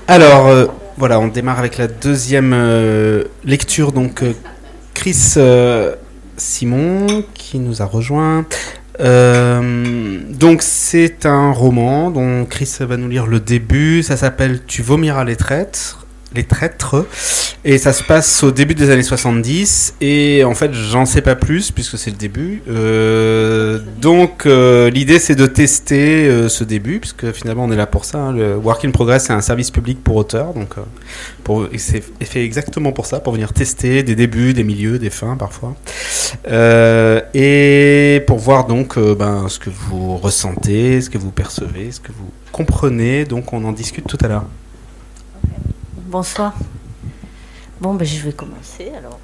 Alors, voilà, on démarre avec la deuxième lecture. Donc, Chris Simon qui nous a rejoint. Donc, c'est un roman dont Chris va nous lire le début. Ça s'appelle « Tu vomiras les traîtres ». Et ça se passe au début des années 70 et en fait j'en sais pas plus puisque c'est le début, donc l'idée c'est de tester ce début puisque finalement on est là pour ça, hein. Le Work in Progress c'est un service public pour auteurs, donc c'est fait exactement pour ça, pour venir tester des débuts, des milieux, des fins parfois, et pour voir donc ce que vous ressentez, ce que vous percevez, ce que vous comprenez. Donc on en discute tout à l'heure. Bonsoir. Bon, je vais commencer alors.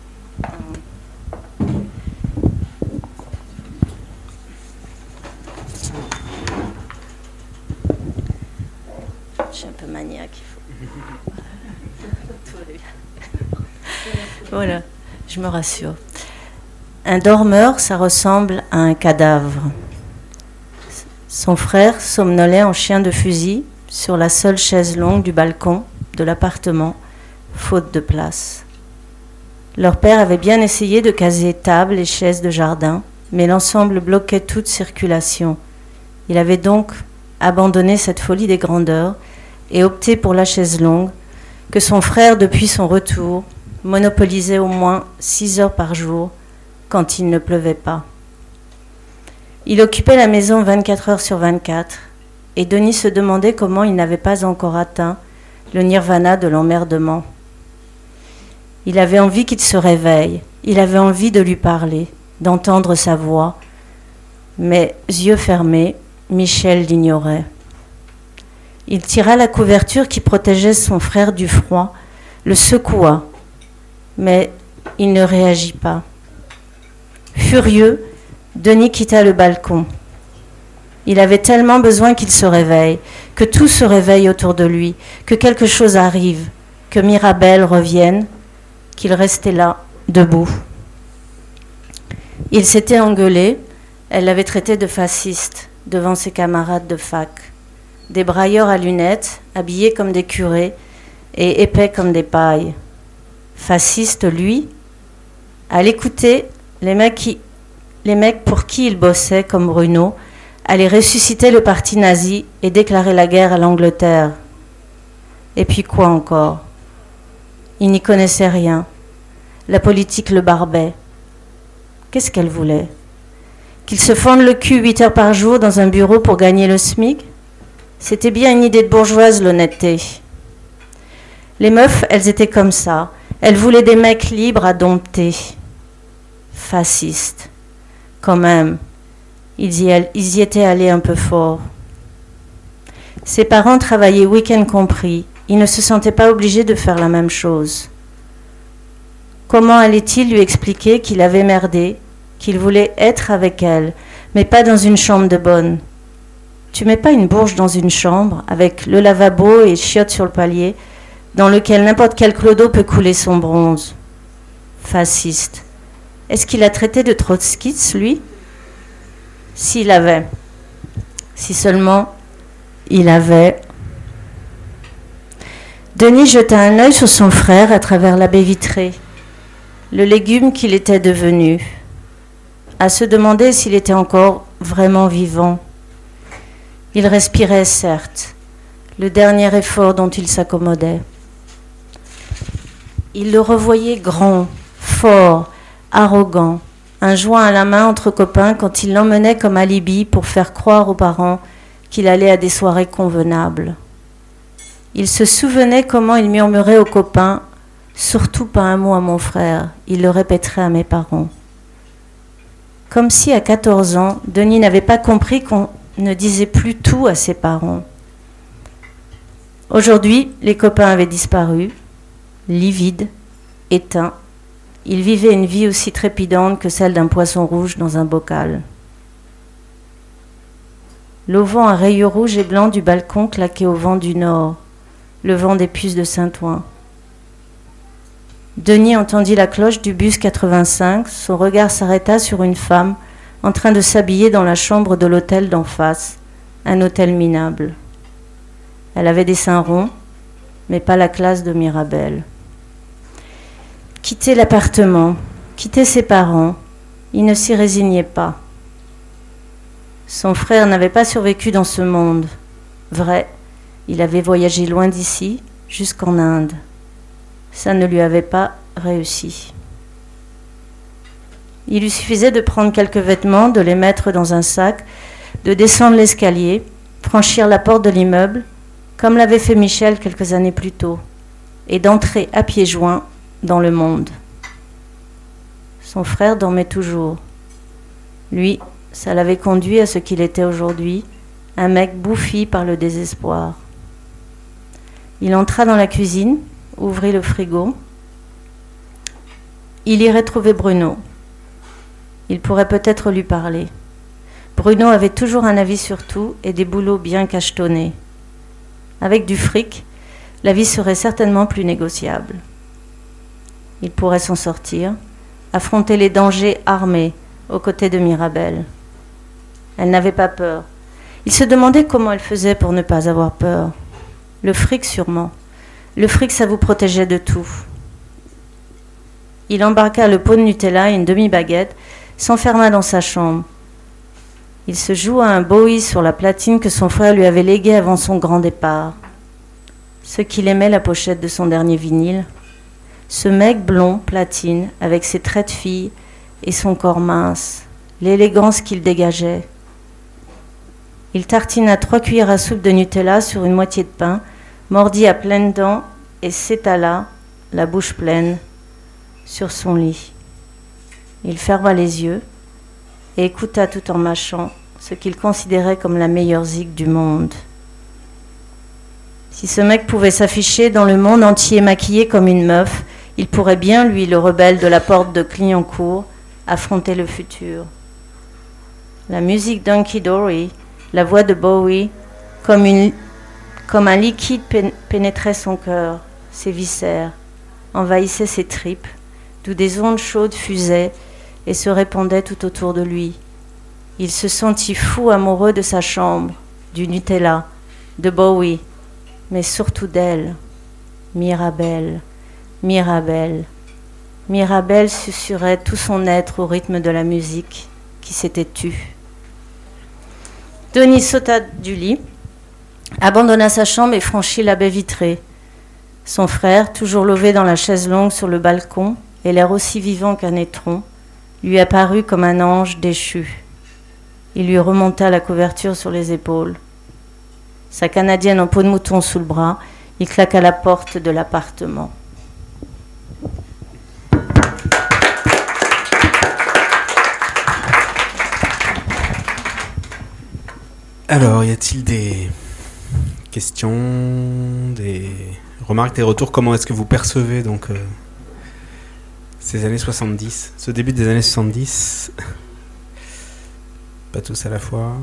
Je suis un peu maniaque, il faut. Tout va bien. Voilà, je me rassure. Un dormeur, ça ressemble à un cadavre. Son frère somnolait en chien de fusil sur la seule chaise longue du balcon de l'appartement, faute de place. Leur père avait bien essayé de caser table et chaises de jardin, mais l'ensemble bloquait toute circulation. Il avait donc abandonné cette folie des grandeurs et opté pour la chaise longue, que son frère, depuis son retour, monopolisait au moins 6 heures par jour quand il ne pleuvait pas. Il occupait la maison 24 heures sur 24, et Denis se demandait comment il n'avait pas encore atteint le nirvana de l'emmerdement. Il avait envie qu'il se réveille, il avait envie de lui parler, d'entendre sa voix, mais yeux fermés, Michel l'ignorait. Il tira la couverture qui protégeait son frère du froid, le secoua, mais il ne réagit pas. Furieux, Denis quitta le balcon. Il avait tellement besoin qu'il se réveille, que tout se réveille autour de lui, que quelque chose arrive, que Mirabelle revienne, qu'il restait là, debout. Il s'était engueulé, elle l'avait traité de fasciste devant ses camarades de fac. Des brailleurs à lunettes, habillés comme des curés et épais comme des pailles. Fasciste, lui. À l'écouter, les mecs pour qui il bossait, comme Bruno, allaient ressusciter le parti nazi et déclarer la guerre à l'Angleterre. Et puis quoi encore ? Il n'y connaissait rien. La politique le barbait. Qu'est-ce qu'elle voulait ? Qu'il se fende le cul 8 heures par jour dans un bureau pour gagner le SMIC ? C'était bien une idée de bourgeoise, l'honnêteté. Les meufs, elles étaient comme ça. Elles voulaient des mecs libres à dompter. Fascistes. Quand même. Ils y étaient allés un peu fort. Ses parents travaillaient week-end compris. Il ne se sentait pas obligé de faire la même chose. Comment allait-il lui expliquer qu'il avait merdé, qu'il voulait être avec elle, mais pas dans une chambre de bonne ? Tu mets pas une bourge dans une chambre, avec le lavabo et chiottes sur le palier, dans lequel n'importe quel clodo peut couler son bronze. Fasciste. Est-ce qu'il a traité de trotskiste, lui ? S'il avait. Si seulement il avait. Denis jeta un œil sur son frère à travers la baie vitrée, le légume qu'il était devenu, à se demander s'il était encore vraiment vivant. Il respirait, certes, le dernier effort dont il s'accommodait. Il le revoyait grand, fort, arrogant, un joint à la main entre copains quand il l'emmenait comme alibi pour faire croire aux parents qu'il allait à des soirées convenables. Il se souvenait comment il murmurait aux copains « Surtout pas un mot à mon frère, il le répéterait à mes parents ». Comme si à 14 ans, Denis n'avait pas compris qu'on ne disait plus tout à ses parents. Aujourd'hui, les copains avaient disparu, livides, éteints. Il vivait une vie aussi trépidante que celle d'un poisson rouge dans un bocal. L'auvent à rayures rouges et blancs du balcon claquait au vent du nord, le vent des puces de Saint-Ouen. Denis entendit la cloche du bus 85, son regard s'arrêta sur une femme en train de s'habiller dans la chambre de l'hôtel d'en face, un hôtel minable. Elle avait des seins ronds, mais pas la classe de Mirabel. Quitter l'appartement, quitter ses parents, il ne s'y résignait pas. Son frère n'avait pas survécu dans ce monde. Vrai, il avait voyagé loin d'ici, jusqu'en Inde. Ça ne lui avait pas réussi. Il lui suffisait de prendre quelques vêtements, de les mettre dans un sac, de descendre l'escalier, franchir la porte de l'immeuble, comme l'avait fait Michel quelques années plus tôt, et d'entrer à pieds joints dans le monde. Son frère dormait toujours. Lui, ça l'avait conduit à ce qu'il était aujourd'hui, un mec bouffi par le désespoir. Il entra dans la cuisine, ouvrit le frigo. Il irait trouver Bruno. Il pourrait peut-être lui parler. Bruno avait toujours un avis sur tout et des boulots bien cachetonnés. Avec du fric, la vie serait certainement plus négociable. Il pourrait s'en sortir, affronter les dangers armés aux côtés de Mirabel. Elle n'avait pas peur. Il se demandait comment elle faisait pour ne pas avoir peur. Le fric sûrement. Le fric, ça vous protégeait de tout. Il embarqua le pot de Nutella et une demi-baguette, s'enferma dans sa chambre. Il se joua un Bowie sur la platine que son frère lui avait léguée avant son grand départ. Ce qu'il aimait, la pochette de son dernier vinyle. Ce mec blond, platine, avec ses traits de fille et son corps mince, l'élégance qu'il dégageait. Il tartina 3 cuillères à soupe de Nutella sur une moitié de pain, mordit à pleines dents et s'étala, la bouche pleine, sur son lit. Il ferma les yeux et écouta tout en mâchant ce qu'il considérait comme la meilleure zig du monde. Si ce mec pouvait s'afficher dans le monde entier maquillé comme une meuf, il pourrait bien, lui, le rebelle de la porte de Clignancourt, affronter le futur. La musique d'Hunky Dory, la voix de Bowie, comme un liquide pénétrait son cœur, ses viscères, envahissait ses tripes, d'où des ondes chaudes fusaient et se répandaient tout autour de lui. Il se sentit fou amoureux de sa chambre, du Nutella, de Bowie, mais surtout d'elle, Mirabel. Mirabel. Mirabel susurrait tout son être au rythme de la musique qui s'était tue. Denis sauta du lit, abandonna sa chambre et franchit la baie vitrée. Son frère, toujours levé dans la chaise longue sur le balcon, et l'air aussi vivant qu'un étron, lui apparut comme un ange déchu. Il lui remonta la couverture sur les épaules. Sa canadienne en peau de mouton sous le bras, il claqua la porte de l'appartement. Alors, y a-t-il des questions, des remarques, des retours? Comment est-ce que vous percevez donc ces années 70, ce début des années 70? Pas tous à la fois.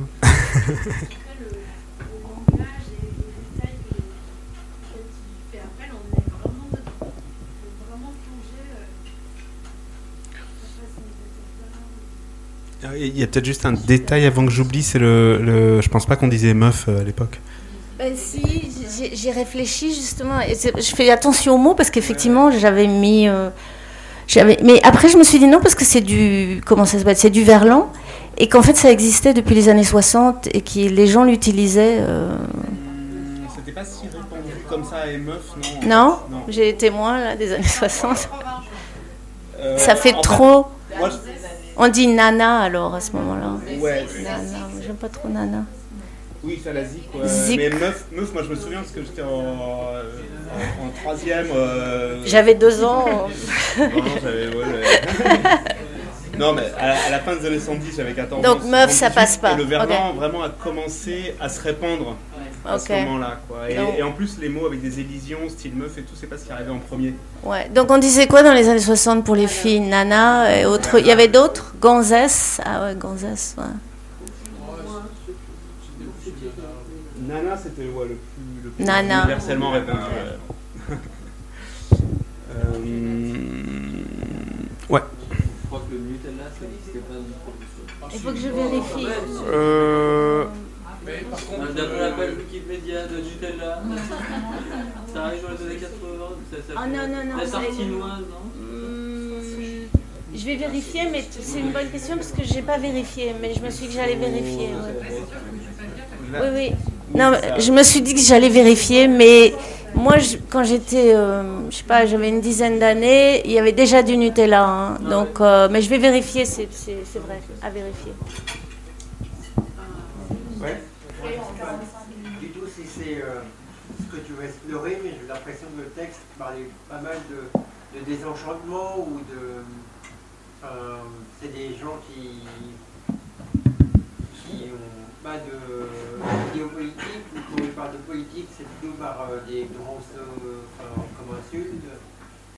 Il y a peut-être juste un détail avant que j'oublie, c'est je pense pas qu'on disait meuf à l'époque. Ben si, j'ai réfléchi justement, et je fais attention aux mots parce qu'effectivement j'avais mis... mais après je me suis dit non parce que c'est du... Comment ça s'appelle? C'est du verlan, et qu'en fait ça existait depuis les années 60 et que les gens l'utilisaient... C'était pas si répandu comme ça, et meuf, non? Non. J'ai été témoin là, des années 60. Ça fait trop... Moi, On dit nana alors à ce moment-là. Ouais. Nana, j'aime pas trop nana. Oui, ça la zik. Zik. Mais meuf, moi je me souviens parce que j'étais en 3e. J'avais 2 ans. Non, non, mais à la fin des années 70, j'avais 14 ans. Donc meuf, ça passe pas. Et le verlan vraiment a commencé à se répandre à ce moment-là, quoi. Et en plus, les mots avec des élisions, style meuf et tout, c'est pas ce qui arrivait en premier. Ouais. Donc on disait quoi dans les années 60 pour les filles? Nana et autres. Il y avait d'autres? Gonzesse. Ah ouais, gonzesse, ouais. Nana, c'était le plus Nana. universellement répandu. Ouais. Je crois que le Nutella, ça n'existait pas du tout. Il faut que je vérifie. D'après la page Wikipédia de Nutella, ça Ça arrive dans les années 80. Ah non, non, non. La sartinoise, non Je vais vérifier, mais c'est une bonne question parce que j'ai pas vérifié, mais je me suis dit que j'allais vérifier. Ouais. Oui, oui. Non, je me suis dit que j'allais vérifier, mais moi, quand j'étais, je sais pas, j'avais une dizaine d'années, il y avait déjà du Nutella, hein, donc, mais je vais vérifier, c'est vrai, à vérifier. Ouais. Du tout si c'est ce que tu veux explorer, mais j'ai l'impression que le texte parlait pas mal de désenchantement ou de... c'est des gens qui n'ont pas de géopolitique, ou quand on parle de politique, c'est plutôt par des grands